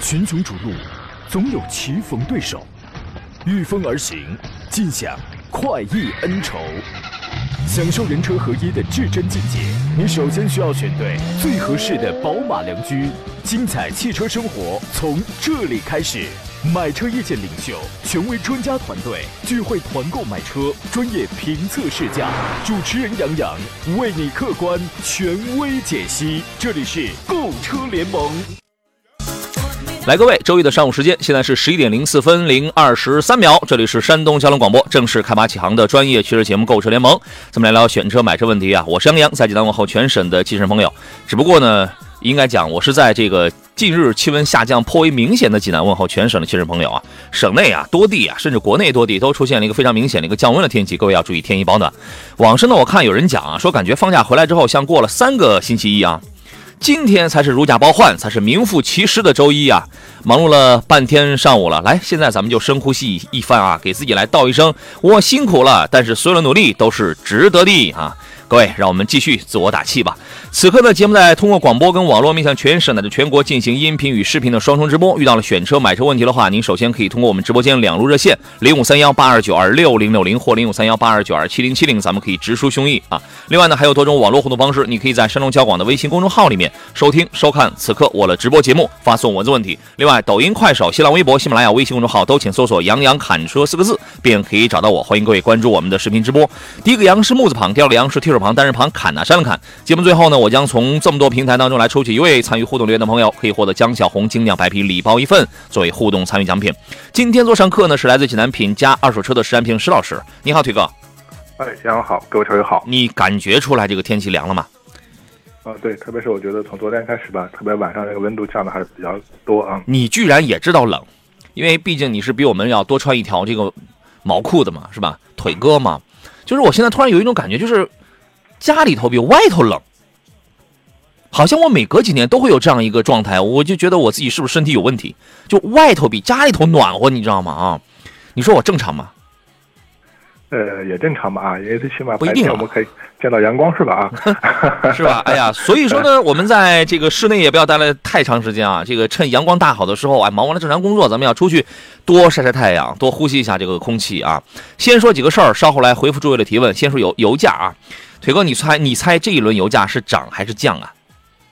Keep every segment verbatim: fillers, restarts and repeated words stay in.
群雄逐鹿，总有棋逢对手，御风而行，尽享快意恩仇。享受人车合一的至臻境界，你首先需要选对最合适的宝马良驹。精彩汽车生活从这里开始。买车意见领袖，权威专家团队聚会团购买车，专业评测试驾，主持人杨洋为你客观权威解析。这里是购车联盟。 来，各位，周一的上午时间，现在是十一点零四分零二十三秒，这里是山东交通广播正式开马启航的专业汽车节目《购车联盟》，咱们来聊选车买车问题啊！我是杨洋，在济南问候全省的汽车朋友。只不过呢，应该讲我是在这个近日气温下降颇为明显的济南问候全省的汽车朋友啊。省内啊多地啊，甚至国内多地都出现了一个非常明显的一个降温的天气，各位要注意添衣保暖。网上呢，我看有人讲啊，说感觉放假回来之后像过了三个星期一啊。今天才是如假包换，才是名副其实的周一啊！忙碌了半天上午了，来，现在咱们就深呼吸一番啊，给自己来道一声我辛苦了，但是所有的努力都是值得的啊！各位，让我们继续自我打气吧。此刻呢，节目在通过广播跟网络面向全省乃至全国进行音频与视频的双重直播。遇到了选车买车问题的话，您首先可以通过我们直播间两路热线零五三幺八二九二六零六零或零五三幺八二九二七零七零，咱们可以直抒胸臆啊。另外呢，还有多种网络互动方式，你可以在山东交广的微信公众号里面收听收看此刻我的直播节目，发送文字问题。另外，抖音、快手、新浪微博、喜马拉雅微信公众号都请搜索杨洋侃车四个字，便可以找到我。欢迎各位关注我们的视频直播。第一个杨是木字旁，第二个杨是提手旁，单人旁，侃呐、啊、山了侃。节目最后呢，我将从这么多平台当中来抽取一位参与互动留言的朋友，可以获得江小红精酿白啤礼包一份作为互动参与奖品。今天做上课呢是来自济南品家二手车的石安平石老师。你好，腿哥。 哎，杨好，各位车友好。 你感觉出来这个天气凉了吗？ 啊，对，特别是我觉得从昨天开始吧，特别晚上这个温度降的还是比较多啊。 你居然也知道冷，因为毕竟你是比我们要多穿一条这个毛裤的嘛，是吧？腿哥嘛，就是我现在突然有一种感觉，就是家里头比外头冷，好像我每隔几年都会有这样一个状态，我就觉得我自己是不是身体有问题？就外头比家里头暖和，你知道吗？啊，你说我正常吗？ 呃，也正常吧啊，因为最起码白天我们可以见到阳光是吧啊？ 是吧？哎呀，所以说呢，我们在这个室内也不要待了太长时间啊。这个趁阳光大好的时候，哎，忙完了正常工作，咱们要出去多晒晒太阳，多呼吸一下这个空气啊。先说几个事儿，稍后来回复诸位的提问。先说油油价啊，腿哥，你猜你猜这一轮油价是涨还是降啊？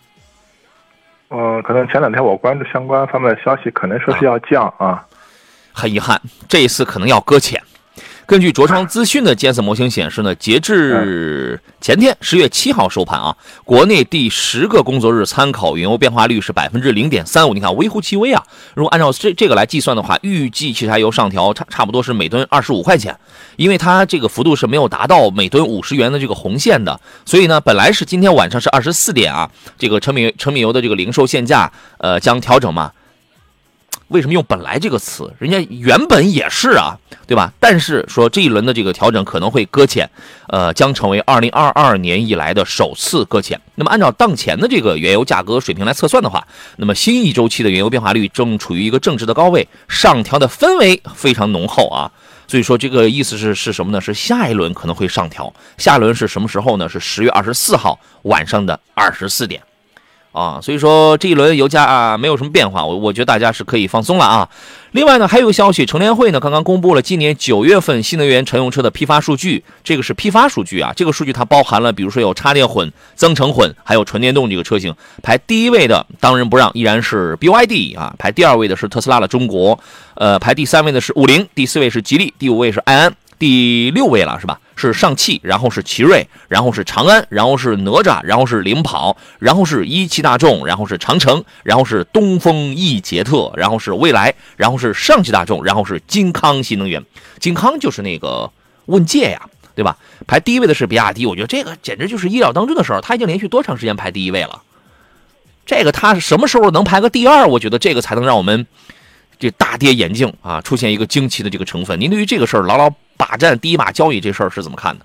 嗯、呃，可能前两天我关注相关方面的消息，可能说是要降啊。啊很遗憾，这一次可能要搁浅。根据卓创资讯的监测模型显示呢，截至前天十月七号收盘啊，国内第十个工作日参考原油变化率是百分之零点三五，你看微乎其微啊。如果按照这这个来计算的话，预计汽柴油上调差差不多是每吨二十五块钱，因为它这个幅度是没有达到每吨五十元的这个红线的，所以呢，本来是今天晚上是二十四点啊，这个成品成品油的这个零售限价呃将调整嘛。为什么用本来这个词？人家原本也是啊，对吧？但是说这一轮的这个调整可能会搁浅，呃，将成为二零二二年以来的首次搁浅。那么按照当前的这个原油价格水平来测算的话，那么新一周期的原油变化率正处于一个正值的高位，上调的氛围非常浓厚啊。所以说这个意思是是什么呢？是下一轮可能会上调，下一轮是什么时候呢？是十月二十四号晚上的二十四点。啊，所以说这一轮油价啊没有什么变化，我我觉得大家是可以放松了啊。另外呢，还有个消息，乘联会呢刚刚公布了今年九月份新能源乘用车的批发数据，这个是批发数据啊，这个数据它包含了比如说有插电混、增程混，还有纯电动这个车型。排第一位的当仁不让依然是 B Y D 啊，排第二位的是特斯拉的中国，呃，排第三位的是五菱，第四位是吉利，第五位是埃安。第六位了是吧？是上汽，然后是奇瑞，然后是长安，然后是哪吒，然后是领跑，然后是一汽大众，然后是长城，然后是东风奕捷特，然后是蔚来，然后是上汽大众，然后是金康新能源。金康就是那个问界呀，对吧？排第一位的是比亚迪，我觉得这个简直就是意料当中的事儿，他已经连续多长时间排第一位了？这个他什么时候能排个第二？我觉得这个才能让我们这大跌眼镜啊，出现一个惊奇的这个成分。您对于这个事儿牢牢霸占第一把交椅这事儿是怎么看的？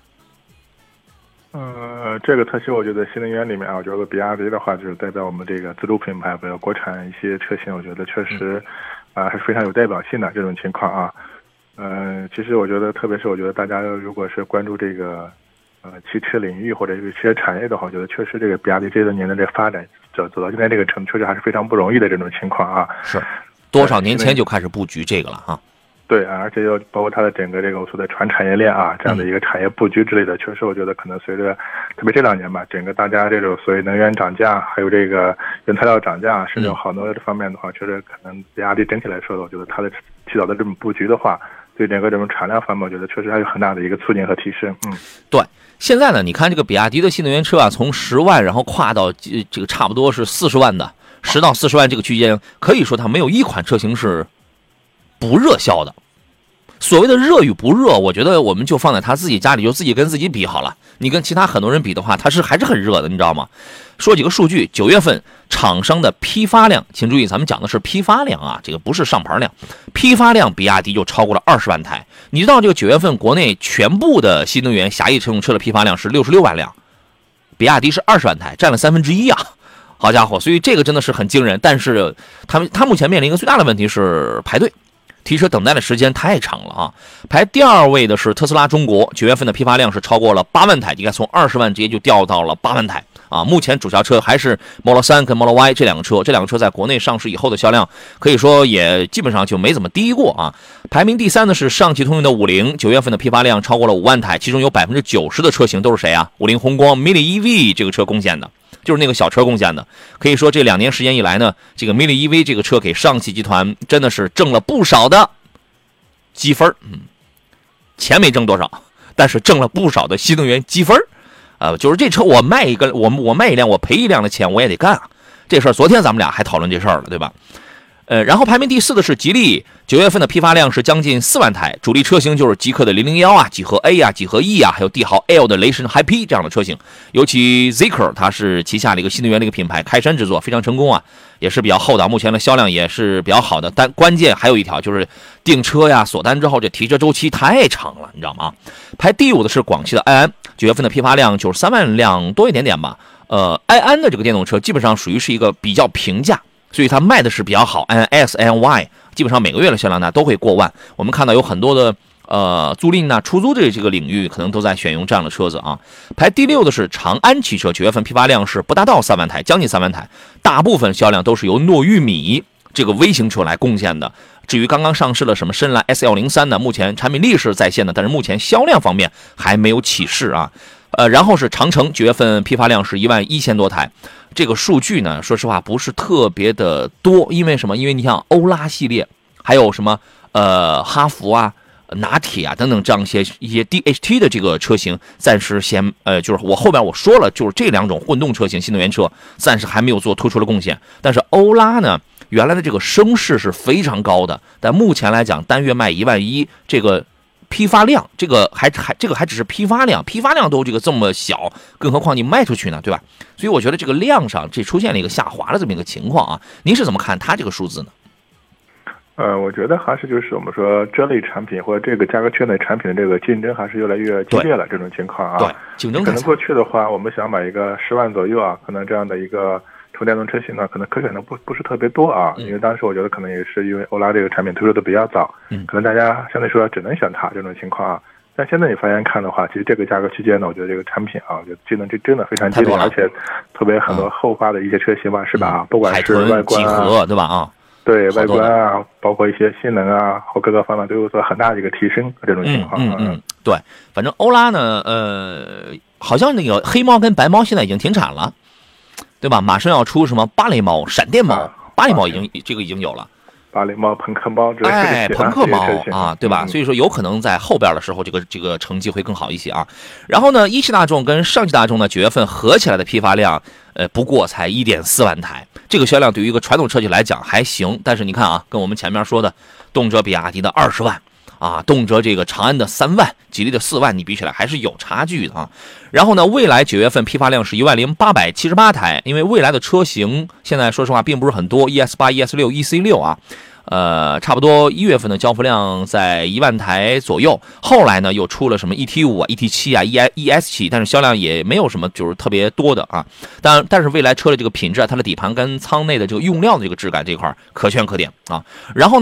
呃，这个特性我觉得新能源里面啊，我觉得比亚迪的话就是代表我们这个自主品牌，比如国产一些车型，我觉得确实啊、呃、还是非常有代表性的这种情况啊。呃，其实我觉得，特别是我觉得大家如果是关注这个呃汽车领域或者这个汽车产业的话，我觉得确实这个比亚迪这些年的这个发展走走到今天这个程度，确实还是非常不容易的这种情况啊。 是，多少年前就开始布局这个了哈。 对，而且又包括它的整个这个我说的传产业链啊，这样的一个产业布局之类的，确实我觉得可能随着特别这两年吧，整个大家这种所谓能源涨价，还有这个原材料涨价，甚至有好多方面的话，确实可能比亚迪整体来说的，我觉得它的提早的这种布局的话，对整个这种产量方面，我觉得确实还有很大的一个促进和提升。嗯， 对。现在呢，你看这个比亚迪的新能源车啊，从十万然后跨到这个差不多是四十万的，十到四十万这个区间，可以说它没有一款车型是不热销的。所谓的热与不热，我觉得我们就放在他自己家里，就自己跟自己比好了。你跟其他很多人比的话，它是还是很热的，你知道吗？说几个数据，九月份厂商的批发量，请注意，咱们讲的是批发量啊，这个不是上牌量。批发量，比亚迪就超过了二十万台。你知道这个九月份国内全部的新能源狭义乘用车的批发量是六十六万辆，比亚迪是二十万台，占了三分之一啊！好家伙，所以这个真的是很惊人。但是他们他目前面临一个最大的问题是排队。提车等待的时间太长了啊！排第二位的是特斯拉中国，九月份的批发量是超过了八万台，你看从二十万直接就掉到了八万台啊！目前主销车还是 Model 三跟 Model Y 这两个车，这两个车在国内上市以后的销量可以说也基本上就没怎么低过啊！排名第三的是上汽通用的五菱，九月份的批发量超过了五万台，其中有百分之九十的车型都是谁啊？五菱宏光 Mini E V 这个车贡献的。就是那个小车贡献的，可以说这两年时间以来呢，这个 Mini E V 这个车给上汽集团真的是挣了不少的积分，嗯，钱没挣多少，但是挣了不少的新能源积分，呃，就是这车我卖一个，我我卖一辆，我赔一辆的钱我也得干啊，这事儿昨天咱们俩还讨论这事儿了，对吧？呃，然后排名第四的是吉利，九月份的批发量是将近四万台，主力车型就是极氪的零零一啊、几何 A 啊、几何 E 啊，还有帝豪 L 的雷神 Hi-P 这样的车型。尤其 Zeekr 它是旗下的一个新能源的一个品牌，开山之作，非常成功啊，也是比较厚道，目前的销量也是比较好的。但关键还有一条就是订车呀、锁单之后这提车周期太长了，你知道吗？排第五的是广汽的埃安，九月份的批发量九十三万辆多一点点吧。呃，埃安的这个电动车基本上属于是一个比较平价。所以它卖的是比较好 ，N S、N Y 基本上每个月的销量呢都会过万。我们看到有很多的呃租赁啊、出租这这个领域，可能都在选用这样的车子啊。排第六的是长安汽车，九月份批发量是不达到三万台，将近三万台，大部分销量都是由诺玉米这个微型车来贡献的。至于刚刚上市了什么深蓝 S 一零三呢，目前产品力是在线的，但是目前销量方面还没有起势啊。呃，然后是长城，九月份批发量是一万一千多台。这个数据呢，说实话不是特别的多，因为什么？因为你像欧拉系列，还有什么呃哈弗啊、拿铁啊等等这样一些一些 D H T 的这个车型，暂时先呃就是我后边我说了，就是这两种混动车型新能源车暂时还没有做突出的贡献。但是欧拉呢，原来的这个声势是非常高的，但目前来讲单月卖一万一，这个。批发量这个还还这个还只是批发量，批发量都这个这么小，更何况你卖出去呢，对吧？所以我觉得这个量上这出现了一个下滑的这么一个情况啊。您是怎么看它这个数字呢？ 呃，我觉得还是就是我们说这类产品或者这个价格圈内产品的这个竞争还是越来越激烈了，这种情况啊。 对，竞争可能过去的话，我们想买一个十万左右啊，可能这样的一个纯电动车型呢，可能可选的不不是特别多啊， 嗯、 因为当时我觉得可能也是因为欧拉这个产品推出的比较早，嗯，可能大家相对说只能选它这种情况啊。但现在你发现看的话，其实这个价格区间呢，我觉得这个产品啊，我觉得竞争真真的非常激烈，而且特别很多后发的一些车型吧，嗯、是吧？啊，不管是外观啊，对吧？啊， 对外观啊，包括一些性能啊，或各个方面都有所很大的一个提升这种情况。 嗯嗯嗯，对，反正欧拉呢，呃，好像那个黑猫跟白猫现在已经停产了。对吧？马上要出什么芭蕾猫、闪电猫，芭蕾猫已经这个已经有了， 芭蕾猫、朋克猫之类的， 哎，朋克猫啊，对吧？ 嗯、 所以说有可能在后边的时候，这个这个成绩会更好一些啊。然后呢，一汽大众跟上汽大众呢，九月份合起来的批发量，呃，不过才一点四万台，这个销量对于一个传统车企来讲还行，但是你看啊，跟我们前面说的，动辄比亚迪的二十万。啊，动辄这个长安的三万，吉利的四万，你比起来还是有差距的啊。然后呢，蔚来九月份批发量是一万零八百七十八台，因为蔚来的车型现在说实话并不是很多 ，E S 八、E S 六、E C 六啊，呃，差不多一月份的交付量在一万台左右。后来呢，又出了什么 E T 五啊、E T 七啊、E S 七，但是销量也没有什么就是特别多的啊。但但是蔚来车的这个品质啊，它的底盘跟舱内的这个用料的这个质感这块可圈可点啊。然后呢。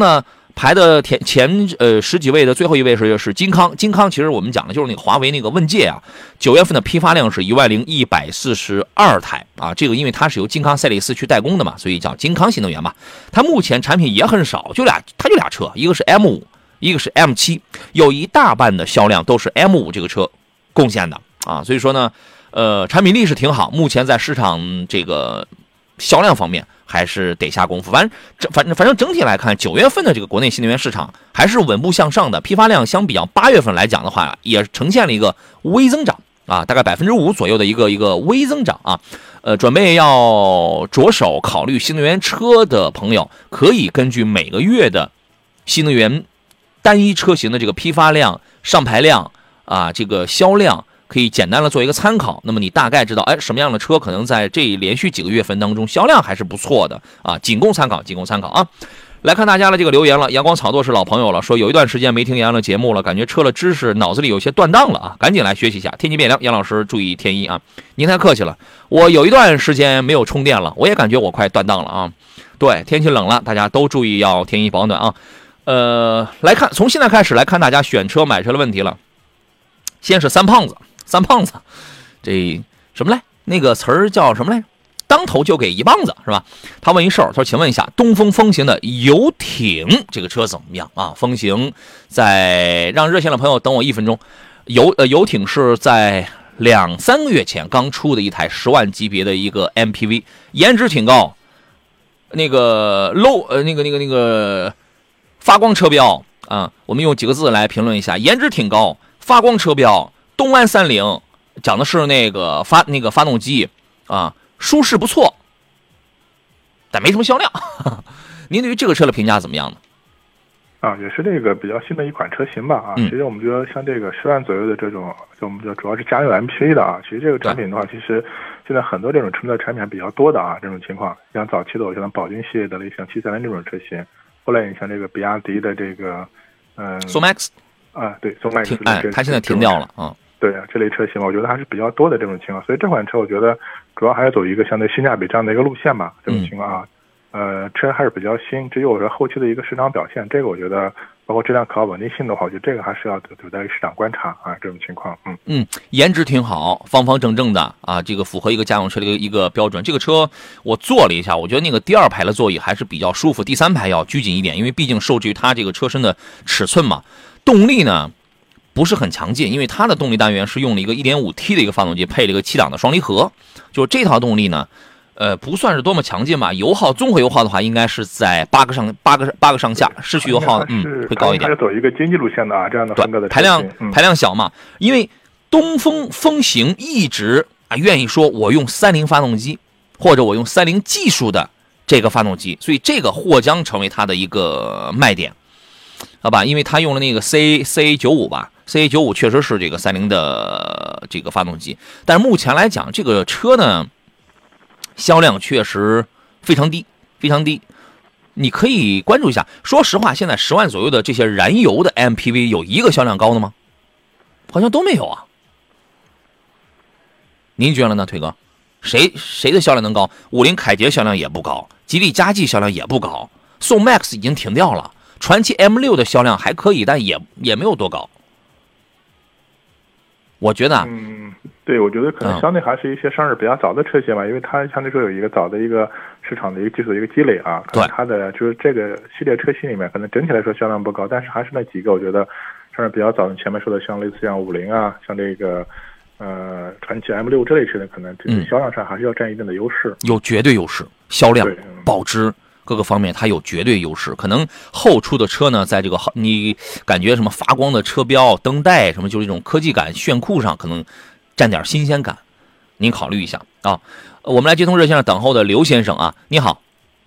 排的前前呃十几位的最后一位是是金康，金康其实我们讲的就是那个华为那个问界啊，九月份的批发量是一万零一百四十二台啊，这个因为它是由金康赛力斯去代工的嘛，所以叫金康新能源嘛。它目前产品也很少，就俩，它就俩车，一个是 M 五，一个是 M 七，有一大半的销量都是 M 五这个车贡献的啊，所以说呢，呃，产品力是挺好，目前在市场这个销量方面还是得下功夫。反正反正反正整体来看，九月份的这个国内新能源市场还是稳步向上的，批发量相比较八月份来讲的话，也呈现了一个微增长啊，大概百分之五左右的一个一个微增长啊。呃，准备要着手考虑新能源车的朋友，可以根据每个月的新能源单一车型的这个批发量、上牌量啊，这个销量，可以简单的做一个参考。那么你大概知道，哎，什么样的车可能在这连续几个月份当中销量还是不错的啊，仅供参考，仅供参考啊。来看大家的这个留言了，阳光草垛是老朋友了，说有一段时间没听杨洋的节目了，感觉车了知识脑子里有些断档了啊，赶紧来学习一下。天气变凉，杨老师注意添衣啊。您太客气了，我有一段时间没有充电了，我也感觉我快断档了啊。对，天气冷了，大家都注意要添衣保暖啊。呃，来看，从现在开始来看大家选车买车的问题了。先是三胖子，三胖子，这什么来？那个词儿叫什么来？当头就给一棒子是吧？他问一事儿，他说：“请问一下，东风风行的游艇这个车怎么样啊？”风行在让热线的朋友等我一分钟。游呃游艇是在两三个月前刚出的一台十万级别的一个 M P V， 颜值挺高，那个 low 呃那个那个那个发光车标啊，我们用几个字来评论一下：颜值挺高，发光车标，东安三菱，讲的是那个发那个发动机啊。舒适不错，但没什么销量。您对于这个车的评价怎么样呢？ 啊，也是这个比较新的一款车型吧啊。 嗯、 其实我们觉得像这个十万左右的这种，就我们就主要是家用 M P V 的啊。其实这个产品的话，其实现在很多这种纯的产品还比较多的啊。这种情况，像早期的我像宝骏系列的，像七三零这种车型，后来你像这个比亚迪的这个，嗯， 宋 MAX 啊，对，宋 MAX， 哎，它现在停掉了啊。 对啊，这类车型嘛，我觉得还是比较多的这种情况，所以这款车我觉得主要还是走一个相对性价比这样的一个路线吧。这种情况啊，嗯、呃，车还是比较新，至于我说后期的一个市场表现，这个我觉得包括质量可靠稳定性的话，我觉得这个还是要有待于市场观察啊。这种情况，嗯嗯，颜值挺好，方方正正的啊，这个符合一个家用车的一个一个标准。这个车我坐了一下，我觉得那个第二排的座椅还是比较舒服，第三排要拘谨一点，因为毕竟受制于它这个车身的尺寸嘛。动力呢？不是很强劲，因为它的动力单元是用了一个 一点五 T 的一个发动机，配了一个七档的双离合。就这套动力呢，呃，不算是多么强劲吧。油耗综合油耗的话，应该是在八个上八个八个上下，市区油耗嗯会高一点。 还是走一个经济路线的啊，这样的风格的排量、 嗯、 排量小嘛。因为东风风行一直啊愿意说我用三菱发动机，或者我用三菱技术的这个发动机，所以这个或将成为它的一个卖点。好吧，因为他用了那个 C C A 九五吧 ，C A 九五确实是这个三菱的这个发动机，但是目前来讲，这个车呢销量确实非常低，非常低。你可以关注一下。说实话，现在十万左右的这些燃油的 M P V 有一个销量高的吗？好像都没有啊。您觉得呢，腿哥？谁谁的销量能高？五菱凯捷销量也不高，吉利嘉际销量也不高，宋 MAX 已经停掉了。传祺 M 六 的销量还可以，但也也没有多高。我觉得， 嗯，对，我觉得可能相对还是一些上市比较早的车型吧，嗯、因为它相对说有一个早的一个市场的一个技术的一个积累啊。 对， 它的就是这个系列车型里面，可能整体来说销量不高，但是还是那几个，我觉得上市比较早的，前面说的像类似像五菱啊，像这个呃传祺 M 六 这类车的，可能这个销量上还是要占一定的优势， 有绝对优势，销量、 嗯、 保值。各个方面它有绝对优势，可能后出的车呢，在这个你感觉什么发光的车标、灯带什么，就是这种科技感炫酷上，可能占点新鲜感，您考虑一下啊。我们来接通热线上等候的刘先生啊，你好，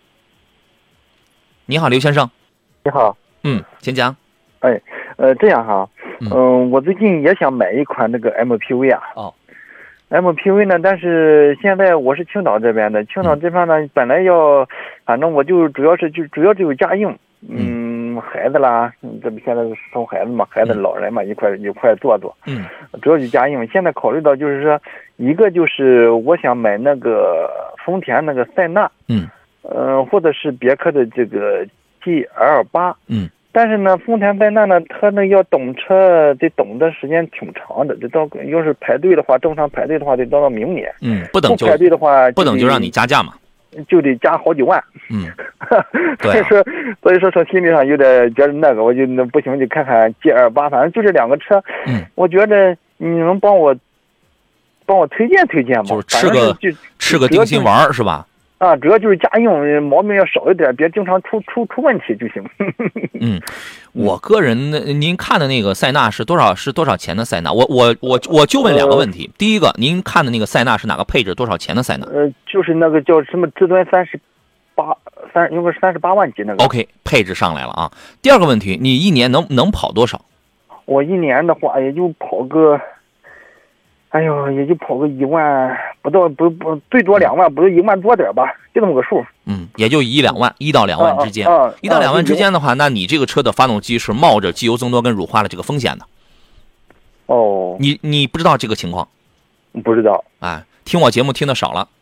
你好，刘先生， 你好， 嗯，请讲。 哎，呃，这样哈，嗯、呃，我最近也想买一款那个 M P V 啊。哦。M P V 呢？但是现在我是青岛这边的，青岛这边呢，本来要，反正我就主要是就主要只有家用，嗯，孩子啦，这不现在是生孩子嘛，孩子老人嘛，一块一块坐坐，嗯，主要是家用。现在考虑到就是说，一个就是我想买那个丰田那个塞纳，嗯，呃，或者是别克的这个 G L 八， 嗯， 但是呢，丰田塞纳呢，它那要等车得等的时间挺长的，得到要是排队的话，正常排队的话得到到明年， 嗯，不等就不排队的话， 不等就让你加价嘛， 就得加好几万， 嗯， 所以说所以说从心理上有点觉得那个，我就那不行就看看 G L 八，反正就这两个车， 嗯， 我觉得你能帮我帮我推荐推荐吗？ 就是吃个就吃个定心丸是吧？ 啊，主要就是家用毛病要少一点，别经常出出出问题就行。 嗯，我个人呢，您看的那个塞纳是多少是多少钱的塞纳？我我我我就问两个问题。呃、第一个，您看的那个塞纳是哪个配置？多少钱的塞纳？ 呃，就是那个叫什么至尊三十八三，应该是三十八万级那个。 OK， 配置上来了啊。第二个问题，你一年能能跑多少？ 我一年的话也就跑个。哎呦，也就跑个一万不到，不不最多两万，不是一万多点吧，就这么个数。 嗯，也就一两万，一到两万之间。 啊啊、 一到两万之间的话，那你这个车的发动机是冒着机油增多跟乳化的这个风险的。 哦， 你你不知道这个情况？ 不知道。 哎，听我节目听的少了。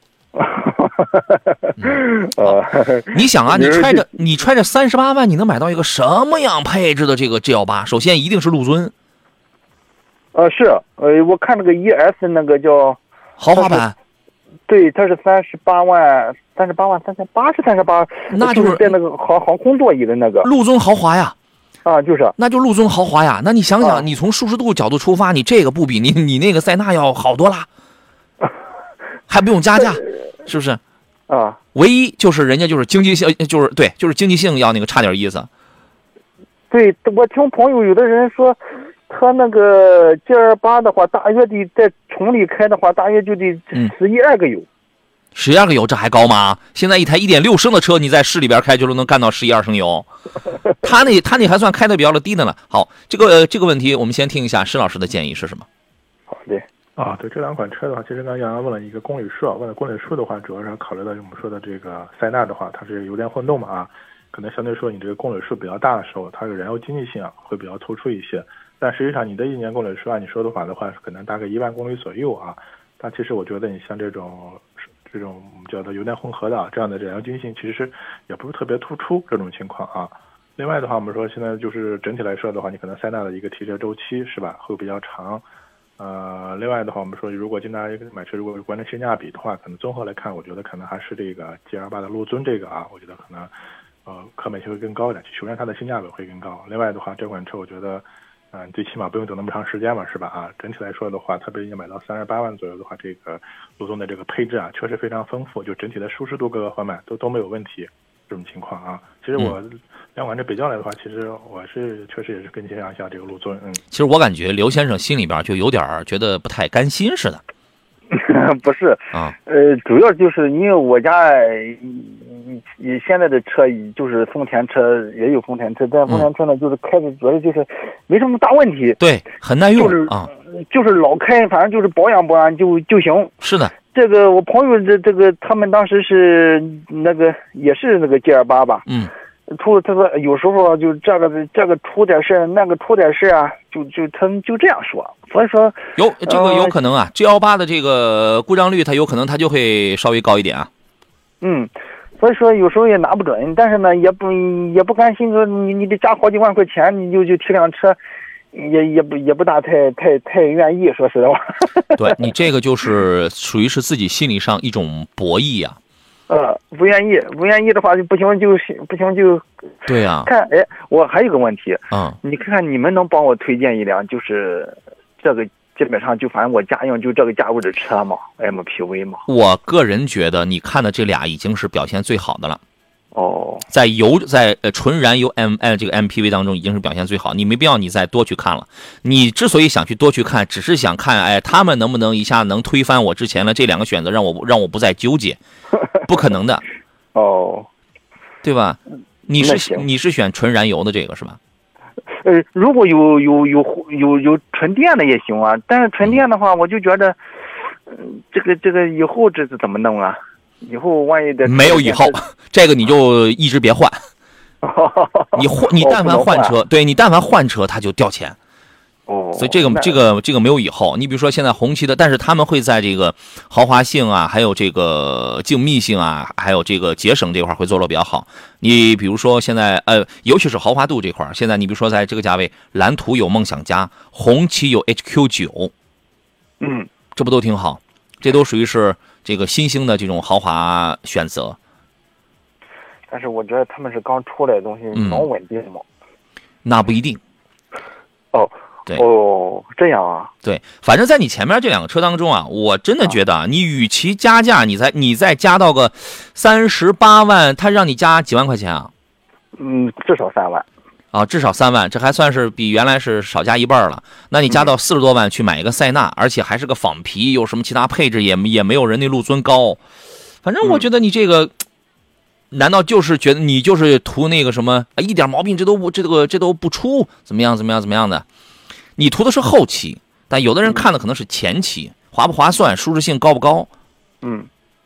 嗯啊、你想啊，你揣着你揣着三十八万，你能买到一个什么样配置的这个 G L 八？首先一定是陆尊。 呃是，呃我看那个 E S 那个叫豪华版， 对，它是三十八万，三十八万，三十八是三十八， 那就是在那个航航空座椅的那个陆尊豪华呀， 啊，就是， 那就陆尊豪华呀。那你想想， 啊、 你从舒适度角度出发，你这个不比你你那个塞纳要好多啦，还不用加价，是不是？ 啊， 唯一就是人家就是经济性，就是对，就是经济性要那个差点意思。 对，我听朋友有的人说。他那个 G L 八的话，大约得在崇礼开的话，大约就得十一二个油。 十一二个油，这还高吗？现在一台一点六升的车，你在市里边开就能干到十一二升油。他那他那还算开的比较的低的了。好，这个、呃、这个问题，我们先听一下施老师的建议是什么？ 好的啊，对这两款车的话，其实刚刚杨洋问了一个公里数，问了公里数的话，主要是考虑到我们说的这个塞纳的话，它是油电混动嘛啊，可能相对说你这个公里数比较大的时候，它的燃油经济性啊会比较突出一些。但实际上，你的一年公里数按你说的话的话，可能大概一万公里左右啊。但其实我觉得，你像这种这种我们叫做油电混合的、啊、这样的燃油经济性，其实也不是特别突出这种情况啊。另外的话，我们说现在就是整体来说的话，你可能塞纳的一个提车周期是吧，会比较长。呃，另外的话，我们说如果进大家买车，如果关注性价比的话，可能综合来看，我觉得可能还是这个 G L 八的陆尊这个啊，我觉得可能呃可买性会更高一点，首先它的性价比会更高。另外的话，这款车我觉得。嗯，最起码不用等那么长时间嘛，是吧？啊，整体来说的话，特别你买到三十八万左右的话，这个陆尊的这个配置啊，确实非常丰富，就整体的舒适度各个方面都都没有问题，这种情况啊。其实我两款车比较来的话，其实我是确实也是更倾向一下这个陆尊。嗯， 其实我感觉刘先生心里边就有点觉得不太甘心似的。 不是啊， 呃，主要就是因为我家你现在的车就是丰田车，也有丰田车，但丰田车呢，就是开的主要就是没什么大问题， 对，很耐用、 就是、 啊， 就是老开，反正就是保养保养就就行。 是的， 这个我朋友这这个他们当时是那个也是那个 G L 八吧， 嗯。 出他说有时候就这个这个出点事那个出点事啊，就就他们就这样说，所以说有这个有可能啊 ，G L 八的这个故障率它有可能它就会稍微高一点啊。 嗯，所以说有时候也拿不准，但是呢也不也不甘心说你你得加好几万块钱你就就提辆车，也也不也不大太太太愿意，说实话。 对你这个就是属于是自己心理上一种博弈啊。 呃，不愿意，不愿意的话就不行，就不行就， 对呀、啊。 看，哎，我还有个问题， 嗯， 你看看你们能帮我推荐一辆，就是这个基本上就反正我家用就这个价位的车嘛 ，M P V 嘛。 我个人觉得你看的这俩已经是表现最好的了。 哦， 在油在呃纯燃油 M 呃这个 M P V 当中已经是表现最好，你没必要你再多去看了。你之所以想去多去看，只是想看哎他们能不能一下能推翻我之前的这两个选择，让我让我不再纠结，不可能的。 哦， 对吧？你是你是选纯燃油的这个是吧？ 呃，如果有有有有有纯电的也行啊，但是纯电的话，我就觉得，嗯、呃，这个这个以后这是怎么弄啊？以后万一的没有以后，这个你就一直别换。你换，你但凡换车， 哦、 对你但凡换车，它就掉钱。 哦， 所以这个这个这个没有以后。你比如说现在红旗的，但是他们会在这个豪华性啊，还有这个静谧性啊，还有这个节省这块会做得比较好。你比如说现在呃，尤其是豪华度这块，现在你比如说在这个价位，蓝图有梦想家，红旗有 H Q 九， 嗯， 这不都挺好？这都属于是这个新兴的这种豪华选择。 但是我觉得他们是刚出来的东西，能稳定吗？ 那不一定。 哦。 对哦，这样啊？ 对，反正在你前面这两个车当中啊，我真的觉得啊，你与其加价，你再你再加到个三十八万，他让你加几万块钱啊？ 嗯，至少三万。 啊，至少三万，这还算是比原来是少加一半了。那你加到四十多万去买一个塞纳，嗯、而且还是个仿皮，有什么其他配置也也没有人家陆尊高。反正我觉得你这个，嗯、难道就是觉得你就是图那个什么一点毛病这都不这个这都不出，怎么样怎么样怎么样的？你图的是后期，但有的人看的可能是前期，划不划算，舒适性高不高？ 嗯，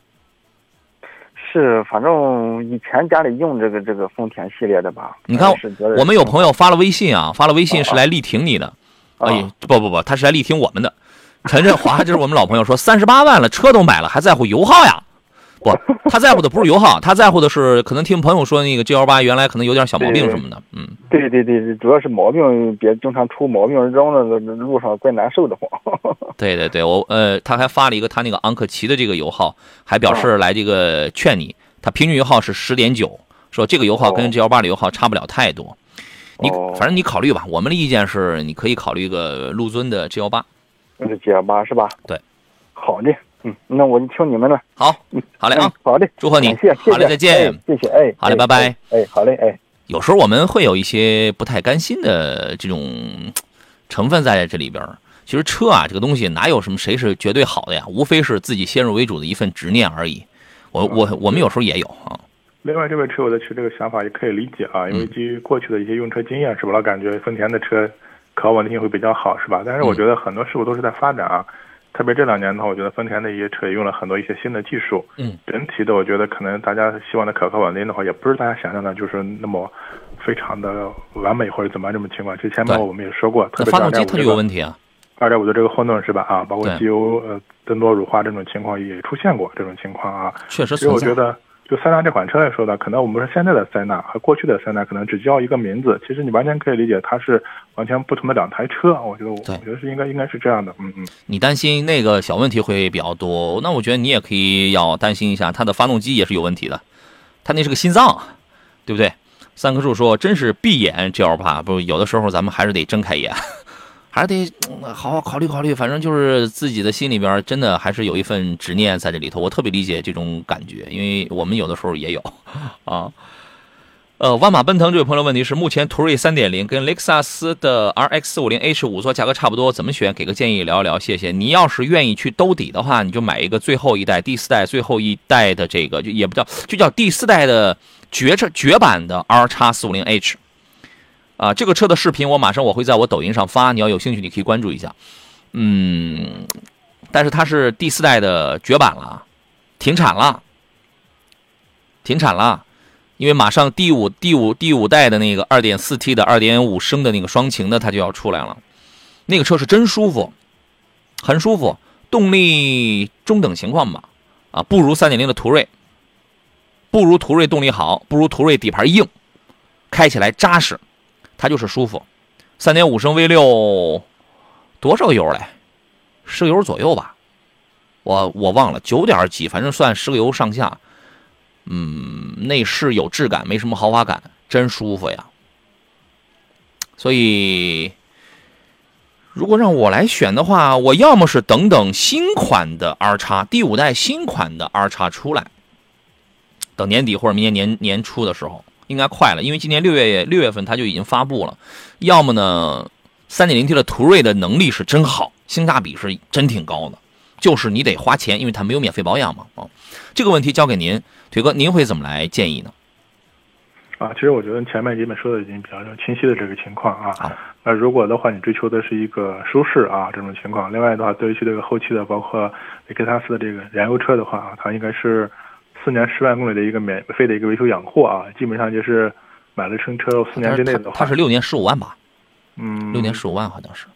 是，反正以前家里用这个这个丰田系列的吧。 你看，我们有朋友发了微信啊，发了微信是来力挺你的， 啊、 哎，不不不，他是来力挺我们的。陈振华就是我们老朋友说，三十八万了，车都买了，还在乎油耗呀？不，他在乎的不是油耗，他在乎的是可能听朋友说那个 G L 八原来可能有点小毛病什么的。嗯， 对对对，主要是毛病别经常出毛病，扔了路上怪难受的慌。 对对对，我呃，他还发了一个他那个昂克旗的这个油耗，还表示来这个劝你，他平均油耗是十点九，说这个油耗跟 G L 八的油耗差不了太多。你反正你考虑吧，我们的意见是你可以考虑一个陆尊的 G L 八。 那是 G L 八是吧？ 对， 好的。嗯，那我就听你们的。 好，好嘞啊， 好嘞， 祝贺你， 谢谢， 好嘞，再见， 谢谢，哎， 好嘞，拜拜， 哎，好嘞，哎。 有时候我们会有一些不太甘心的这种成分在这里边。其实车啊，这个东西哪有什么谁是绝对好的呀？无非是自己先入为主的一份执念而已。我我我们有时候也有啊。 另外，这位车友的其实这个想法也可以理解啊，因为基于过去的一些用车经验，是吧？老感觉丰田的车可靠稳定性会比较好，是吧？但是我觉得很多事物都是在发展啊。特别这两年的话，我觉得丰田的一些车也用了很多一些新的技术， 嗯， 整体的我觉得可能大家希望的可靠稳定的话，也不是大家想象的，就是那么非常的完美或者怎么样这么情况。之前嘛我们也说过，特别发动机它就有问题啊， 二点五的这个混动是吧？啊，包括机油呃增多乳化这种情况也出现过这种情况啊， 确实存在。 所以我觉得。就塞纳这款车来说呢，可能我们说现在的塞纳和过去的塞纳可能只叫一个名字，其实你完全可以理解它是完全不同的两台车。我觉得我我觉得是应该应该是这样的，嗯嗯。 你担心那个小问题会比较多，那我觉得你也可以要担心一下，它的发动机也是有问题的，它那是个心脏，对不对？三棵树说真是闭眼 G L 八，不，有的时候咱们还是得睁开眼。还是得好好考虑考虑，反正就是自己的心里边真的还是有一份执念在这里头。我特别理解这种感觉，因为我们有的时候也有啊。呃，万马奔腾这位朋友问题是：目前途锐 三点零 跟雷克萨斯的 R X 四五零 H 五 座价格差不多，怎么选？给个建议聊一聊，谢谢。你要是愿意去兜底的话，你就买一个最后一代、第四代最后一代的这个，就也不叫就叫第四代的绝车绝版的 R X 四五零 H。啊，这个车的视频我马上我会在我抖音上发，你要有兴趣你可以关注一下。嗯，但是它是第四代的绝版了，停产了，停产了，因为马上第五第五第五代的那个 二点四 T 的 二点五 升的那个双擎的它就要出来了。那个车是真舒服，很舒服，动力中等情况吧，啊，不如 三点零 的途锐，不如途锐动力好，不如途锐底盘硬，开起来扎实。它就是舒服， 三点五 升 V 六 多少油来？十个油左右吧，我我忘了，九点几，反正算十个油上下。嗯，内饰有质感，没什么豪华感，真舒服呀。所以，如果让我来选的话，我要么是等等新款的 R X 第五代新款的 R X 出来，等年底或者明年年年初的时候。应该快了，因为今年六月六月份它就已经发布了。要么呢 三点零 T 的途锐的能力是真好，性价比是真挺高的，就是你得花钱，因为它没有免费保养嘛。哦，这个问题交给您，腿哥，您会怎么来建议呢？ 啊，其实我觉得前面基本说的已经比较清晰的这个情况啊。那如果的话，你追求的是一个舒适啊这种情况，另外的话，对于这个后期的，包括雷克萨斯的这个燃油车的话，它应该是四年十万公里的一个免费的一个维修养护啊，基本上就是买了乘车四年之内的话， 它是六年十五万吧？ 嗯， 六年十五万好像是。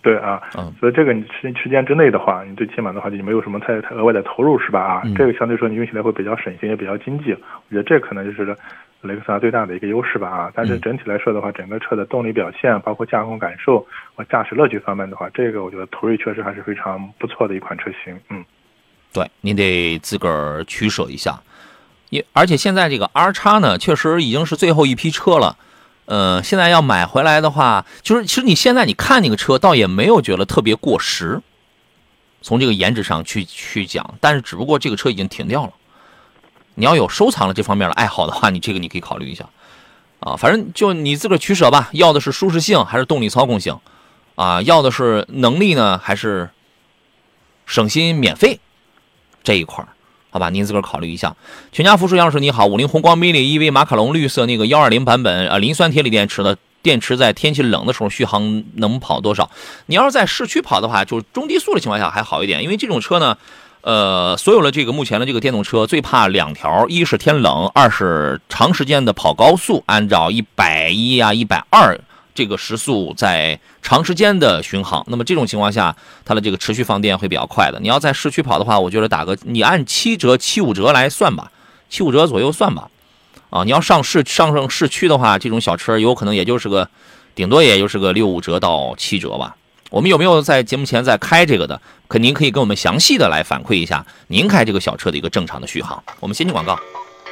对啊，嗯，所以这个你时时间之内的话，你最起码的话就没有什么太太额外的投入，是吧？啊，嗯、这个相对说你用起来会比较省心，也比较经济。我觉得这可能就是雷克萨斯最大的一个优势吧。啊，但是整体来说的话，整个车的动力表现，包括驾控感受和驾驶乐趣方面的话，这个我觉得途锐确实还是非常不错的一款车型。嗯， 对，你得自个儿取舍一下。也而且现在这个 R 叉呢，确实已经是最后一批车了。呃，现在要买回来的话，就是其实你现在你看那个车，倒也没有觉得特别过时，从这个颜值上去去讲，但是只不过这个车已经停掉了。你要有收藏了这方面的爱好的话，你这个你可以考虑一下啊。反正就你自个儿取舍吧，要的是舒适性还是动力操控性啊？要的是能力呢还是省心免费这一块儿？好吧，您自个儿考虑一下。全家福士杨老师你好，五菱宏光 mini E V 马卡龙绿色那个一二零版本，呃，磷酸铁锂电池的电池在天气冷的时候续航能跑多少？你要是在市区跑的话，就是中低速的情况下还好一点，因为这种车呢，呃，所有的这个目前的这个电动车最怕两条，一是天冷，二是长时间的跑高速，按照一百一啊、一百二这个时速在长时间的巡航，那么这种情况下，它的这个持续放电会比较快的。你要在市区跑的话，我觉得打个你按七折、七五折来算吧，七五折左右算吧。啊，你要上市上上市区的话，这种小车有可能也就是个，顶多也就是个六五折到七折吧。我们有没有在节目前在开这个的？可您可以跟我们详细的来反馈一下您开这个小车的一个正常的续航。我们先进广告。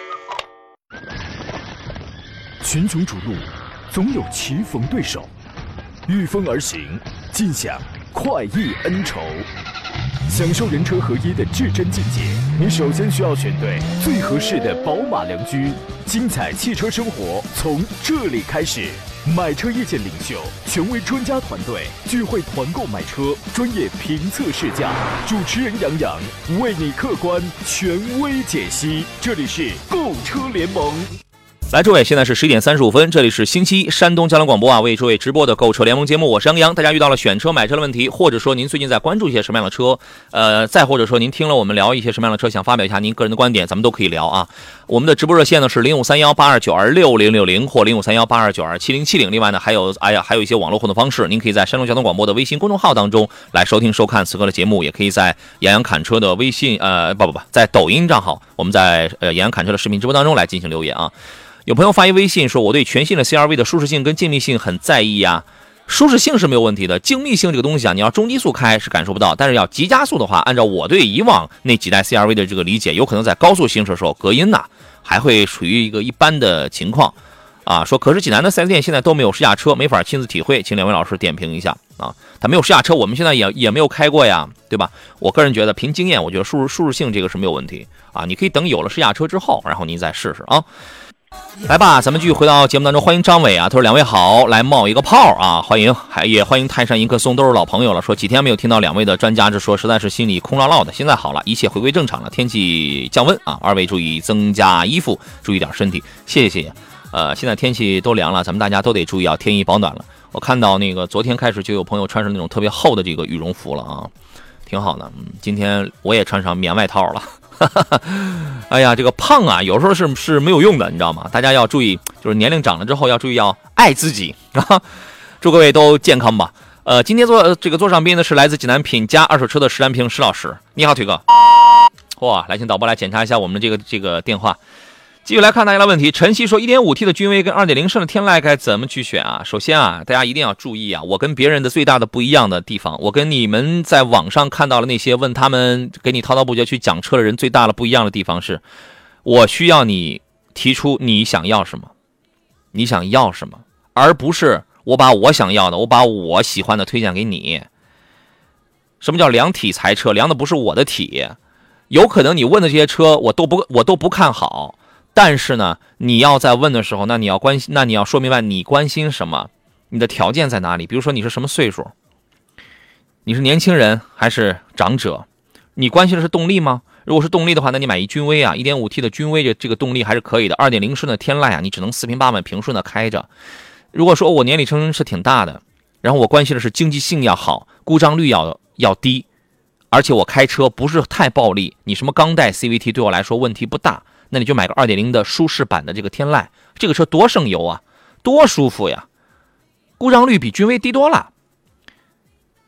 群雄逐鹿，总有棋逢对手，御风而行，尽享快意恩仇。享受人车合一的至臻境界，你首先需要选对最合适的宝马良驹。精彩汽车生活从这里开始。买车意见领袖，权威专家团队聚会团购买车，专业评测试驾，主持人杨洋为你客观权威解析。这里是购车联盟。 来，诸位，现在是十一点三十五分，这里是星期一山东交通广播啊，为诸位直播的购车联盟节目，我是杨洋。大家遇到了选车买车的问题，或者说您最近在关注一些什么样的车，呃，再或者说您听了我们聊一些什么样的车，想发表一下您个人的观点，咱们都可以聊啊。我们的直播热线呢是零五三幺八二九二六零六零或零五三幺八二九二七零七零。另外呢，还有哎呀，还有一些网络互动方式，您可以在山东交通广播的微信公众号当中来收听收看此刻的节目，也可以在杨洋侃车的微信呃不不不，在抖音账号，我们在呃杨洋侃车的视频直播当中来进行留言啊。有朋友发一微信说，我对全新的 C R V 的舒适性跟静谧性很在意呀。舒适性是没有问题的，静谧性这个东西啊，你要中低速开是感受不到，但是要急加速的话，按照我对以往那几代 C R V 的这个理解，有可能在高速行驶的时候隔音呐、啊、还会属于一个一般的情况啊。说可是济南的 四 S 店现在都没有试驾车，没法亲自体会，请两位老师点评一下啊。他没有试驾车，我们现在也也没有开过呀，对吧？我个人觉得凭经验，我觉得舒适舒适性这个是没有问题啊。你可以等有了试驾车之后，然后您再试试啊。来吧，咱们继续回到节目当中，欢迎张伟啊，他说两位好，来冒一个泡啊，欢迎，还也欢迎泰山一棵松，都是老朋友了。说几天没有听到两位的专家之说，实在是心里空落落的。现在好了，一切回归正常了，天气降温啊，二位注意增加衣服，注意点身体，谢谢谢谢。呃，现在天气都凉了，咱们大家都得注意啊，添衣保暖了。我看到那个昨天开始就有朋友穿上那种特别厚的这个羽绒服了啊，挺好的。嗯，今天我也穿上棉外套了。哎呀，这个胖啊，有时候是是没有用的，你知道吗？大家要注意，就是年龄长了之后要注意，要爱自己啊！祝各位都健康吧。呃，今天做这个座上宾的是来自济南品家二手车的石兰平石老师，你好，腿哥。哇，来，请导播来检查一下我们的这个这个电话。继续来看大家的问题。晨曦说 一点五 T 的君威跟 二点零 升的天籁该怎么去选啊？首先啊，大家一定要注意啊，我跟别人的最大的不一样的地方，我跟你们在网上看到了那些问他们给你滔滔不绝去讲车的人最大的不一样的地方是，我需要你提出你想要什么，你想要什么，而不是我把我想要的，我把我喜欢的推荐给你。什么叫量体裁车？量的不是我的体，有可能你问的这些车我都不我都不看好。但是呢，你要在问的时候，那你要关心，那你要说明白你关心什么，你的条件在哪里？比如说你是什么岁数，你是年轻人还是长者？你关心的是动力吗？如果是动力的话，那你买一君威啊 ，一点五 T 的君威这这个动力还是可以的。二点零 升的天籁啊，你只能四平八稳平顺的开着。如果说我年龄层是挺大的，然后我关心的是经济性要好，故障率要要低，而且我开车不是太暴力，你什么钢带 C V T 对我来说问题不大。那你就买个 二点零 的舒适版的这个天籁，这个车多省油啊，多舒服呀，故障率比君威低多了。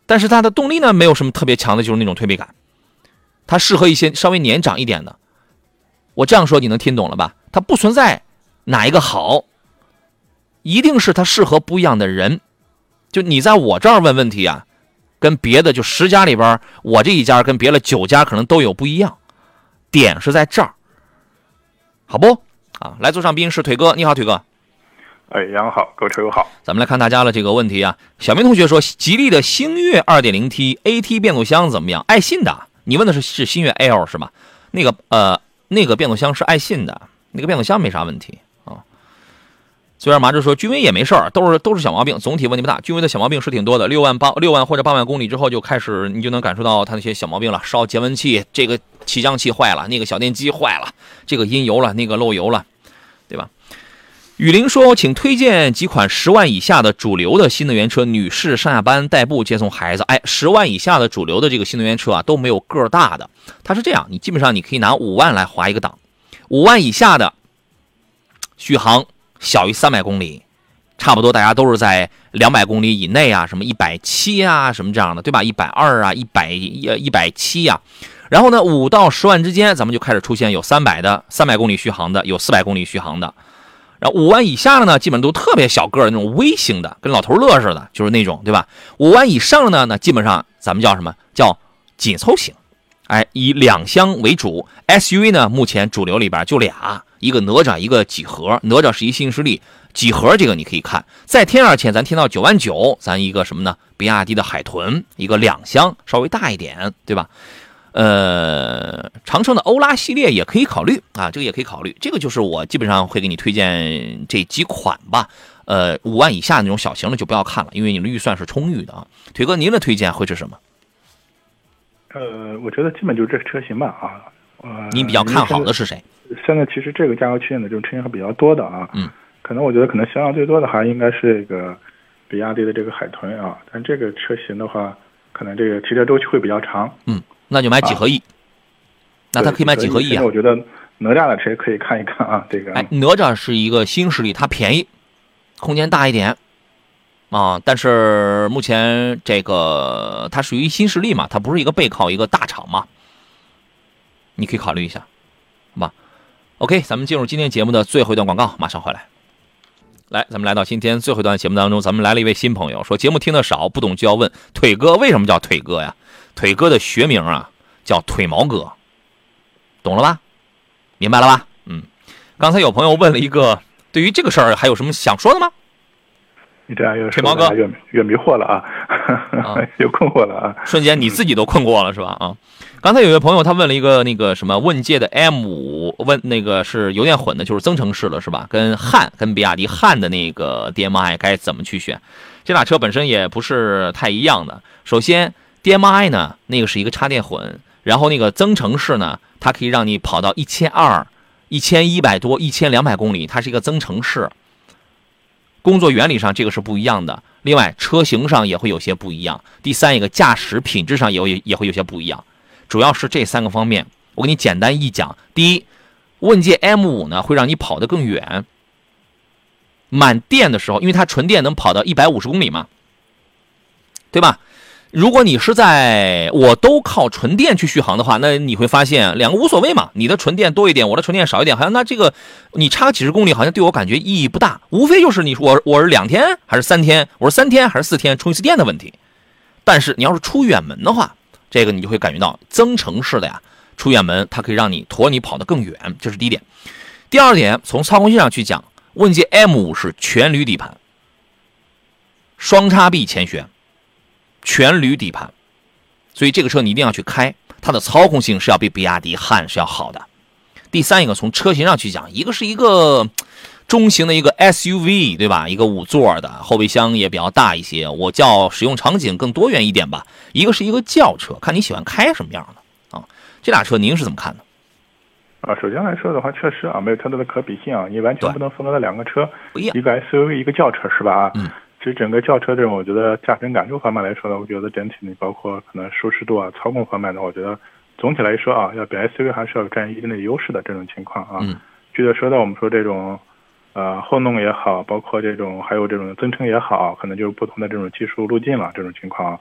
但是它的动力呢没有什么特别强的，就是那种推背感，它适合一些稍微年长一点的。我这样说你能听懂了吧？它不存在哪一个好，一定是它适合不一样的人。就你在我这儿问问题啊，跟别的就十家里边，我这一家跟别的九家可能都有不一样，点是在这儿，好不？啊，来座上宾是腿哥，你好，腿哥。 哎，杨好，各位车友好。 咱们来看大家的这个问题啊。小明同学说，吉利的星越 二点零 T A T 变速箱怎么样？爱信的，你问的是是星越 L 是吧？那个呃，那个变速箱是爱信的，那个变速箱没啥问题啊。虽然麻子说君威也没事儿，都是都是小毛病，总体问题不大。君威的小毛病是挺多的，六万八六万或者八万公里之后就开始，你就能感受到它那些小毛病了，烧节温器，这个起降器坏了，那个小电机坏了，这个阴油了，那个漏油了，对吧？雨林说，请推荐几款十万以下的主流的新能源车，女士上下班代步接送孩子。哎，十万以下的主流的这个新能源车啊，都没有个儿大的。它是这样，你基本上你可以拿五万来划一个档，五万以下的续航小于三百公里，差不多大家都是在两百公里以内啊，什么一百七啊，什么这样的，对吧？一百二啊，一百一百七呀。然后呢，五到十万之间，咱们就开始出现有三百的三百公里续航的，有四百公里续航的。然后五万以下的呢，基本都特别小个的那种微型的，跟老头乐似的，就是那种，对吧？五万以上的呢，那基本上咱们叫什么？叫紧凑型，哎，以两厢为主。S U V 呢，目前主流里边就俩，一个哪吒，一个几何。哪吒是一新势力，几何这个你可以看。再添二钱，咱添到九万九，咱一个什么呢？比亚迪的海豚，一个两厢，稍微大一点，对吧？呃，长城的欧拉系列也可以考虑啊，这个也可以考虑。这个就是我基本上会给你推荐这几款吧。呃，五万以下那种小型的就不要看了，因为你的预算是充裕的啊。腿哥，您的推荐会是什么？ 呃，我觉得基本就是这车型吧啊。呃， 你比较看好的是谁？ 现在其实这个价格区间的这种车型还比较多的啊。 嗯。 可能我觉得可能销量最多的还应该是这个比亚迪的这个海豚啊，但这个车型的话，可能这个提车周期会比较长。 嗯。那就买几合一，啊、那他可以买几合一啊？ 我觉得哪吒的车可以看一看啊，这个。 哎，哪吒是一个新势力，它便宜，空间大一点啊。但是目前这个它属于新势力嘛，它不是一个背靠一个大厂嘛，你可以考虑一下，好吧 ？OK， 咱们进入今天节目的最后一段广告，马上回来。来，咱们来到今天最后一段节目当中，咱们来了一位新朋友，说节目听得少，不懂就要问。腿哥为什么叫腿哥呀？腿哥的学名啊叫腿毛哥，懂了吧？明白了吧？嗯，刚才有朋友问了一个，对于这个事儿还有什么想说的吗？ 你这样越腿毛哥越越迷惑了啊，啊又困惑了啊， 瞬间你自己都困过了是吧？啊，刚才有位朋友他问了一个那个什么问界的 M 五，问那个是油电混的，就是增程式了是吧？跟汉跟比亚迪汉的那个 D M I 该怎么去选？这俩车本身也不是太一样的。首先D M I 呢，那个是一个插电混，然后那个增程式呢，它可以让你跑到一千二、一千一百多、一千两百公里，它是一个增程式。工作原理上这个是不一样的，另外车型上也会有些不一样。第三一个驾驶品质上也会也会有些不一样，主要是这三个方面，我给你简单一讲。第一，问界 M 五 呢会让你跑得更远，满电的时候，因为它纯电能跑到一百五十公里嘛，对吧？如果你是在我都靠纯电去续航的话，那你会发现两个无所谓嘛，你的纯电多一点，我的纯电少一点，好像那这个你差几十公里好像对我感觉意义不大，无非就是你我我是两天还是三天，我是三天还是四天充一次电的问题。但是你要是出远门的话，这个你就会感觉到增程式的呀，出远门它可以让你驮你跑得更远，这是第一点。第二点，从操控性上去讲，问界 M 五 是全铝底盘，双叉臂前悬，全铝底盘，所以这个车你一定要去开，它的操控性是要比比亚迪汉是要好的。第三一个，从车型上去讲，一个是一个中型的一个 S U V， 对吧？一个五座的，后备箱也比较大一些，我叫使用场景更多元一点吧。一个是一个轿车，看你喜欢开什么样的啊？这俩车您是怎么看的？ 啊，首先来说的话，确实啊，没有太多的可比性啊，你完全不能分割的两个车， 不一样， 一个 S U V， 一个轿车，是吧？ 嗯。 其实整个轿车这种，我觉得驾驶感受方面来说呢，我觉得整体你包括可能舒适度啊、操控方面的，我觉得总体来说啊，要比 S U V 还是要占一定的优势的这种情况啊。 嗯。 具体说到我们说这种，呃，后弄也好，包括这种还有这种增程也好，可能就是不同的这种技术路径了这种情况。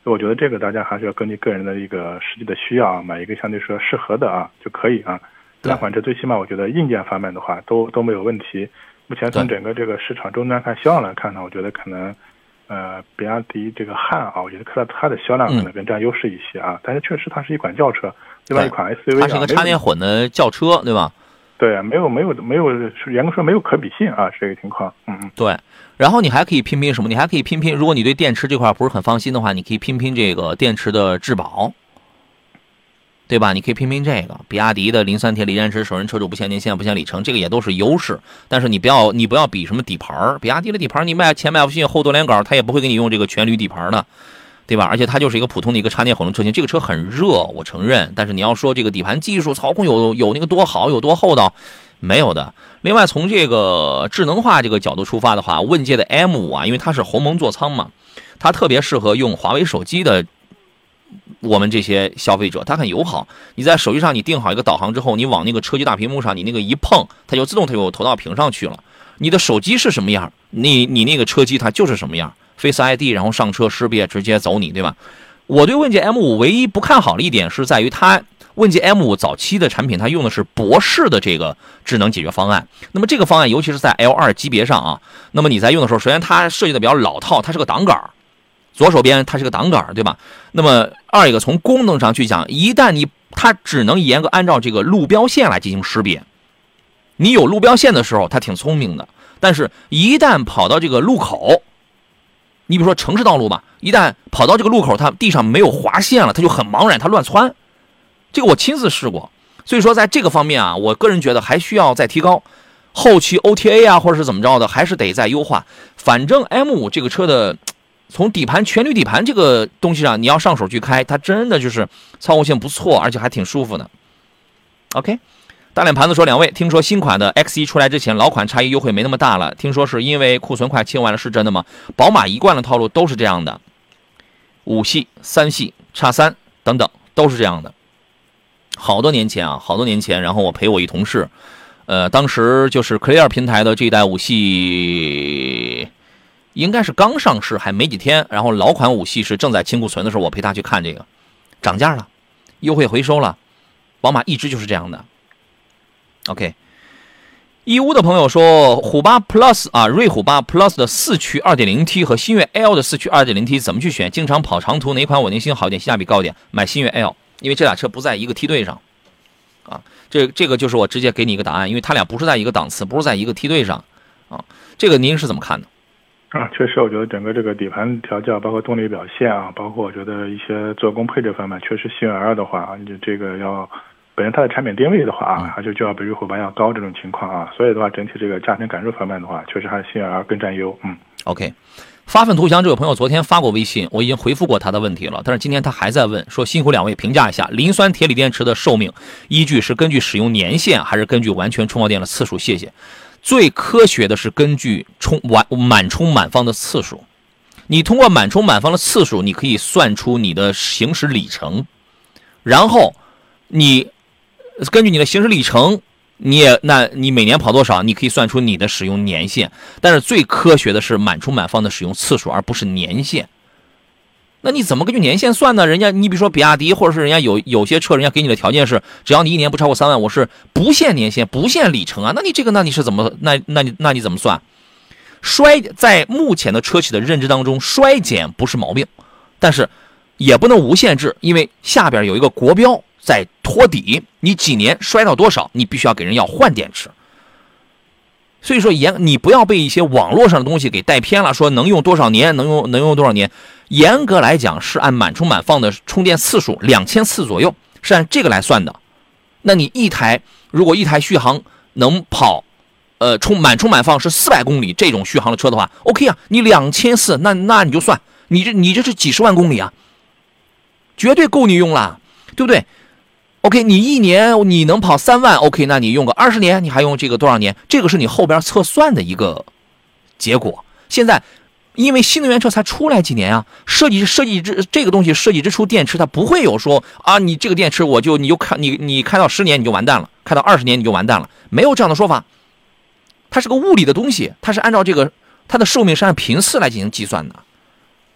所以我觉得这个大家还是要根据个人的一个实际的需要啊，买一个相对说适合的啊就可以啊。这两款车最起码我觉得硬件方面的话都都没有问题。目前从整个这个市场终端看销量来看呢，我觉得可能呃比亚迪这个汉啊，我觉得看到它的销量可能更占优势一些啊。嗯、但是确实它是一款轿车，另外一款 S U V 啊， 它是一个插电混的轿车，对吧？ 对啊，没有没有没有，严格说没有可比性啊，这个情况。嗯嗯， 对。然后你还可以拼拼什么？你还可以拼拼，如果你对电池这块不是很放心的话，你可以拼拼这个电池的质保，对吧？你可以拼拼这个，比亚迪的磷酸铁锂电池，首任车主不限年限不限里程，这个也都是优势。但是你不要你不要比什么底盘，比亚迪的底盘你卖前麦弗逊后多连杆，它也不会给你用这个全铝底盘的。对吧？而且它就是一个普通的一个插电混动车型，这个车很热，我承认。但是你要说这个底盘技术、操控有有那个多好、有多厚道，没有的。另外，从这个智能化这个角度出发的话，问界的 M 五啊，因为它是鸿蒙座舱嘛，它特别适合用华为手机的我们这些消费者，它很友好。你在手机上你定好一个导航之后，你往那个车机大屏幕上，你那个一碰，它就自动它就投到屏上去了。你的手机是什么样，你你那个车机它就是什么样。Face I D， 然后上车识别直接走你，对吧？我对问界 M 五 唯一不看好的一点是在于它问界 M 五 早期的产品，它用的是博士的这个智能解决方案。那么这个方案，尤其是在 L 二 级别上啊，那么你在用的时候，首先它设计的比较老套，它是个挡杆，左手边它是个挡杆，对吧？那么二一个从功能上去讲，一旦你它只能严格按照这个路标线来进行识别，你有路标线的时候，它挺聪明的，但是一旦跑到这个路口。你比如说城市道路吧，一旦跑到这个路口，它地上没有划线了，它就很茫然，它乱窜。这个我亲自试过，所以说在这个方面啊，我个人觉得还需要再提高。后期 O T A 啊，或者是怎么着的，还是得再优化。反正 M 五 这个车的，从底盘全铝底盘这个东西上，你要上手去开，它真的就是操控性不错，而且还挺舒服的。OK。大脸盘子说，两位，听说新款的 X 一 出来之前，老款差异优惠没那么大了，听说是因为库存快清完了，是真的吗？宝马一贯的套路都是这样的，五系、三系、X 三等等都是这样的。好多年前啊，好多年前，然后我陪我一同事，呃，当时就是 Clear 平台的这一代五系，应该是刚上市还没几天，然后老款五系是正在清库存的时候，我陪他去看这个，涨价了，优惠回收了，宝马一直就是这样的。OK， 义乌的朋友说，虎八 Plus 啊，瑞虎八 Plus 的四驱 二点零 T 和星越 L 的四驱 二点零 T 怎么去选？经常跑长途，哪款稳定性好一点，性价比高一点？买星越 L， 因为这俩车不在一个梯队上，啊，这这个就是我直接给你一个答案，因为它俩不是在一个档次，不是在一个梯队上，啊，这个您是怎么看的？ 啊，确实，我觉得整个这个底盘调教，包括动力表现啊，包括我觉得一些做工配置方面，确实星越 L 的话，你这个要。本身它的产品定位的话啊，还是就要比瑞虎八要高这种情况啊，所以的话，整体这个驾乘感受方面的话，确实还是星越 L 更占优。嗯 ，OK， 发愤图强这位朋友昨天发过微信，我已经回复过他的问题了，但是今天他还在问，说辛苦两位评价一下磷酸铁锂电池的寿命依据是根据使用年限还是根据完全充饱电的次数？谢谢。最科学的是根据充完满充满放的次数，你通过满充满放的次数，你可以算出你的行驶里程，然后你。根据你的行驶里程，你也那你每年跑多少，你可以算出你的使用年限。但是最科学的是满充满放的使用次数，而不是年限。那你怎么根据年限算呢？人家你比如说比亚迪，或者是人家有有些车，人家给你的条件是，只要你一年不超过三万，我是不限年限、不限里程啊。那你这个，那你是怎么那那你那你怎么算？衰在目前的车企的认知当中，衰减不是毛病，但是也不能无限制，因为下边有一个国标。在托底，你几年摔到多少，你必须要给人要换电池。所以说严，你不要被一些网络上的东西给带偏了，说能用多少年，能用能用多少年。严格来讲是按满充满放的充电次数两千次左右，是按这个来算的。那你一台如果一台续航能跑，呃，充满充满放是四百公里这种续航的车的话 ，OK 啊，你两千四，那那你就算，你这你这是几十万公里啊，绝对够你用了，对不对？ OK， 你一年你能跑三万 ，OK， 那你用个二十年，你还用这个多少年？这个是你后边测算的一个结果。现在因为新能源车才出来几年啊，设计设计之这个东西设计之初，电池它不会有说啊，你这个电池我就你就看你你开到十年你就完蛋了，开到二十年你就完蛋了，没有这样的说法。它是个物理的东西，它是按照这个它的寿命是按频次来进行计算的。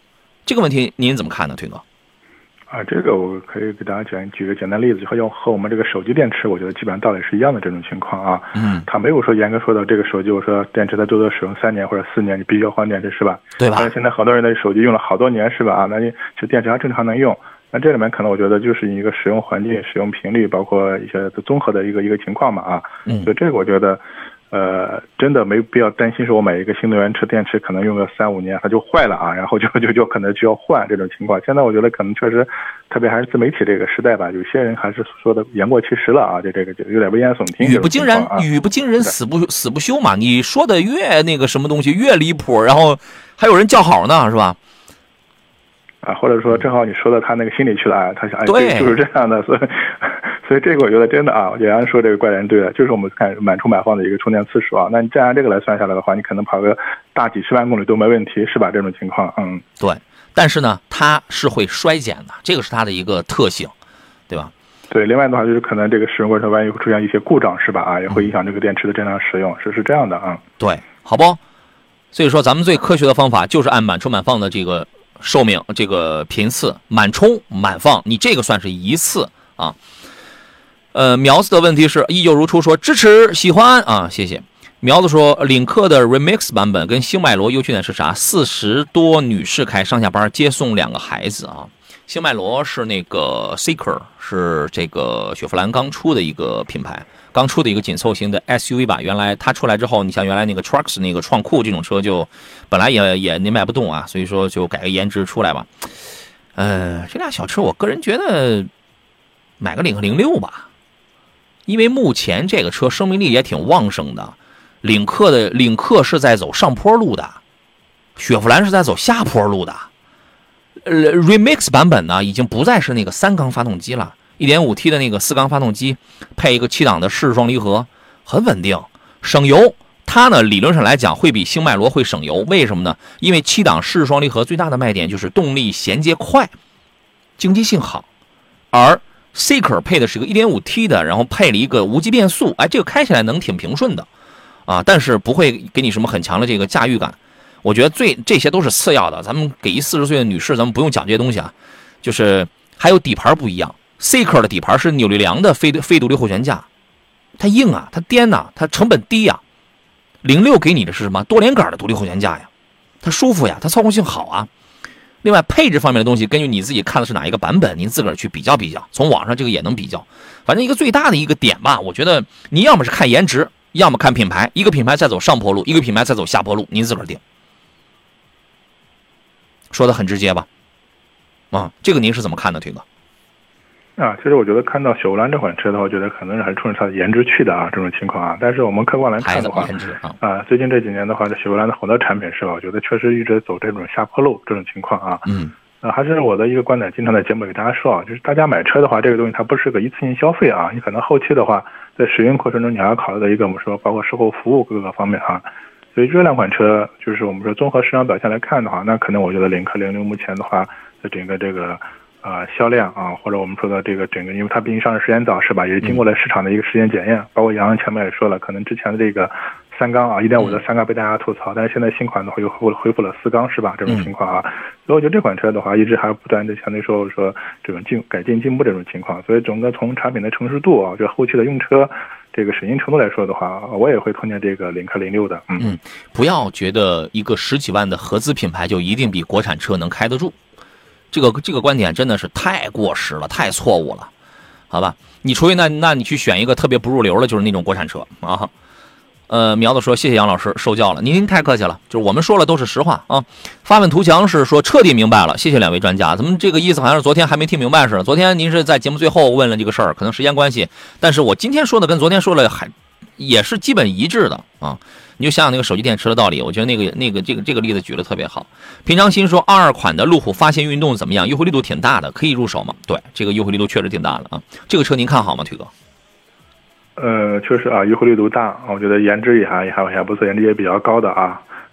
这个问题您怎么看呢，推哥？ 啊，这个我可以给大家讲举个简单例子，就要和我们这个手机电池，我觉得基本上道理是一样的这种情况啊。 嗯， 它没有说严格说到这个手机，我说电池它最多使用三年或者四年，你必须要换电池是吧？ 对吧？ 但是现在好多人的手机用了好多年是吧？啊，那你其实电池还正常能用。那这里面可能我觉得就是一个使用环境、使用频率，包括一些综合的一个一个情况嘛啊。 嗯， 所以这个我觉得。呃，真的没必要担心，说我买一个新能源车电池可能用个三五年它就坏了啊，然后就就就可能就要换这种情况。现在我觉得可能确实，特别还是自媒体这个时代吧，有些人还是说的言过其实了啊，这这个就有点危言耸听。 语不惊人， 啊、 语不惊人，死不死不休嘛。你说的越那个什么东西越离谱，然后还有人叫好呢，是吧？ 啊，或者说正好你说到他那个心里去了啊，他想哎， 对， 就是这样的，所以。所以这个我觉得真的啊，也安说这个怪人对了，就是我们看满充满放的一个充电次数啊。那你再按这个来算下来的话，你可能跑个大几十万公里都没问题，是吧？这种情况，嗯， 对。但是呢，它是会衰减的，这个是它的一个特性，对吧？ 对。另外的话，就是可能这个使用过程万一会出现一些故障，是吧？啊，也会影响这个电池的正常使用，是是这样的啊。 对，好不？所以说，咱们最科学的方法就是按满充满放的这个寿命，这个频次，满充满放，你这个算是一次啊。呃，苗子的问题是依旧如初说支持喜欢啊，谢谢。苗子说领克的 Remix 版本跟星脉罗优缺点是啥？四十多女士开，上下班接送两个孩子啊。星脉罗是那个 Seeker， 是这个雪佛兰刚出的一个品牌，刚出的一个紧凑型的 S U V 吧。原来它出来之后，你像原来那个 Trucks 那个创酷这种车就本来也也那卖不动啊，所以说就改个颜值出来吧。呃，这俩小车我个人觉得买个领克零六吧。因为目前这个车生命力也挺旺盛的，领克的领克是在走上坡路的，雪佛兰是在走下坡路的。呃 ，Remix 版本呢，已经不再是那个三缸发动机了， 一点五 T 的那个四缸发动机，配一个七档的湿式双离合，很稳定，省油。它呢，理论上来讲会比星脉罗会省油，为什么呢？因为七档湿式双离合最大的卖点就是动力衔接快，经济性好，而Seeker 配的是个 一点五 T 的，然后配了一个无级变速，哎，这个开起来能挺平顺的，啊，但是不会给你什么很强的这个驾驭感。我觉得最这些都是次要的，咱们给一四十岁的女士，咱们不用讲这些东西啊。就是还有底盘不一样 ，Seeker 的底盘是扭力梁的非非独立后悬架，它硬啊，它颠呐、啊，它成本低呀。零六给你的是什么？多连杆的独立后悬架呀，它舒服呀，它操控性好啊。另外配置方面的东西，根据你自己看的是哪一个版本，您自个儿去比较比较。从网上这个也能比较，反正一个最大的一个点吧，我觉得你要么是看颜值，要么看品牌。一个品牌在走上坡路，一个品牌在走下坡路，您自个儿定。说的很直接吧？啊，这个您是怎么看的，推哥？ 啊，其实我觉得看到雪佛兰这款车的话，我觉得可能是还是冲着它的颜值去的啊，这种情况啊。但是我们客观来看的话，啊, 啊，最近这几年的话，这雪佛兰的好多产品是吧？我觉得确实一直走这种下坡路这种情况啊。 嗯。 啊，还是我的一个观点，经常在节目里给大家说啊，就是大家买车的话，这个东西它不是个一次性消费啊，你可能后期的话，在使用过程中你还要考虑到一个我们说包括售后服务各个方面啊。所以这两款车，就是我们说综合市场表现来看的话，那可能我觉得领克零六目前的话，在整个这个。呃，销量啊，或者我们说的这个整个，因为它毕竟上市时间早，是吧？也是经过了市场的一个时间检验。嗯、包括杨洋前面也说了，可能之前的这个三缸啊， 一点五 的三缸被大家吐槽，嗯、但是现在新款的话又恢复恢复了四缸，是吧？这种情况啊，嗯、所以我觉得这款车的话，一直还不断的相对说说这种进改进进步这种情况。所以整个从产品的成熟度啊，就后期的用车这个省心程度来说的话，我也会推荐这个领克零六的。嗯嗯，不要觉得一个十几万的合资品牌就一定比国产车能开得住。这个这个观点真的是太过时了，太错误了，好吧？你除非那那你去选一个特别不入流的，就是那种国产车啊。呃，苗子说谢谢杨老师受教了，您您太客气了，就是我们说了都是实话啊。发问图强是说彻底明白了，谢谢两位专家。咱们这个意思好像是昨天还没听明白似的。昨天您是在节目最后问了这个事儿，可能时间关系，但是我今天说的跟昨天说的还也是基本一致的啊。你就想想那个手机电池的道理，我觉得那个那个这个这个例子举得特别好。平常心说二二款的路虎发现运动怎么样？优惠力度挺大的，可以入手吗？对，这个优惠力度确实挺大的啊。这个车您看好吗，推哥？ 呃，确实啊，优惠力度大，我觉得颜值也还也还还不错，颜值也比较高的啊。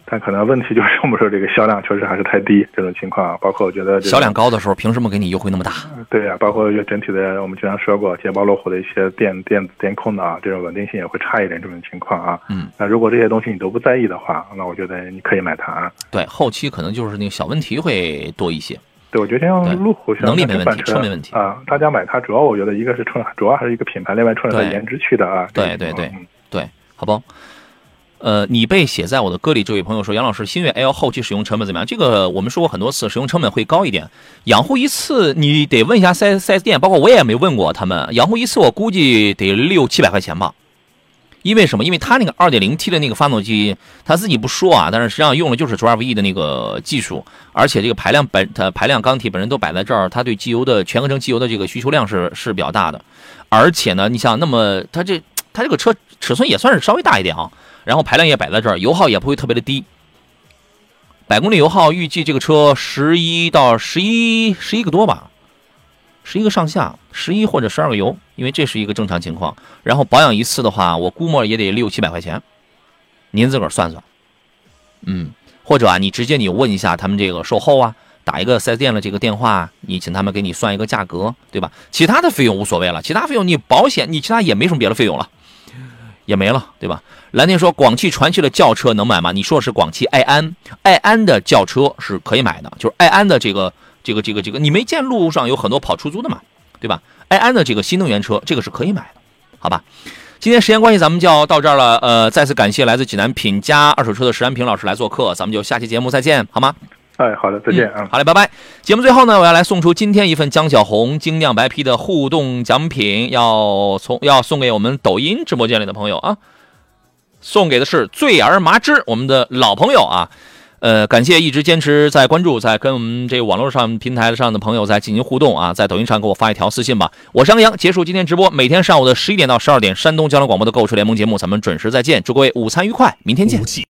但可能问题就是我们说这个销量确实还是太低，这种情况，包括我觉得销量高的时候，凭什么给你优惠那么大？ 对呀、啊，包括整体的，我们经常说过，捷豹路虎的一些电电子电控的啊，这种稳定性也会差一点，这种情况啊。 嗯， 那如果这些东西你都不在意的话，那我觉得你可以买它。 对，后期可能就是那个小问题会多一些。 对，我觉得像路虎、像能力没问题，车没问题啊。大家买它，主要我觉得一个是冲，主要还是一个品牌，另外冲着它颜值去的啊。 对对对、嗯、对，好不好？呃，你被写在我的歌里，这位朋友说，杨老师，星越 L 后期使用成本怎么样？这个我们说过很多次，使用成本会高一点。养护一次你得问一下四 S 店，包括我也没问过他们。养护一次我估计得六七百块钱吧。因为什么？因为它那个 二点零 T 的那个发动机，他自己不说啊，但是实际上用的就是 Drive E 的那个技术，而且这个排量本它排量缸体本身都摆在这儿，它对机油的全合成机油的这个需求量是是比较大的。而且呢，你想，那么它这它这个车尺寸也算是稍微大一点啊。然后排量也摆在这儿，油耗也不会特别的低，百公里油耗预计这个车十一到十一十一个多吧，十一个上下，十一或者十二个油，因为这是一个正常情况。然后保养一次的话，我估摸也得六七百块钱，您自个儿算算。嗯，或者啊，你直接你问一下他们这个售后啊，打一个四 S 店的这个电话，你请他们给你算一个价格，对吧？其他的费用无所谓了，其他费用你保险你其他也没什么别的费用了。也没了，对吧？蓝天说广汽传祺的轿车能买吗？你说的是广汽埃安，埃安的轿车是可以买的，就是埃安的这个这个这个这个，你没见路上有很多跑出租的嘛，对吧？埃安的这个新能源车，这个是可以买的，好吧？今天时间关系，咱们就要到这儿了。呃，再次感谢来自济南品佳二手车的石安平老师来做客，咱们就下期节目再见，好吗？ 哎，好的，再见啊、 嗯！好嘞，拜拜。节目最后呢，我要来送出今天一份江小红精酿白啤的互动奖品，要从要送给我们抖音直播间里的朋友啊。送给的是醉儿麻枝，我们的老朋友啊，呃，感谢一直坚持在关注，在跟我们这个网络上平台上的朋友在进行互动啊，在抖音上给我发一条私信吧。我是杨洋，结束今天直播，每天上午的十一点到十二点，山东交通广播的购车联盟节目，咱们准时再见，祝各位午餐愉快，明天见。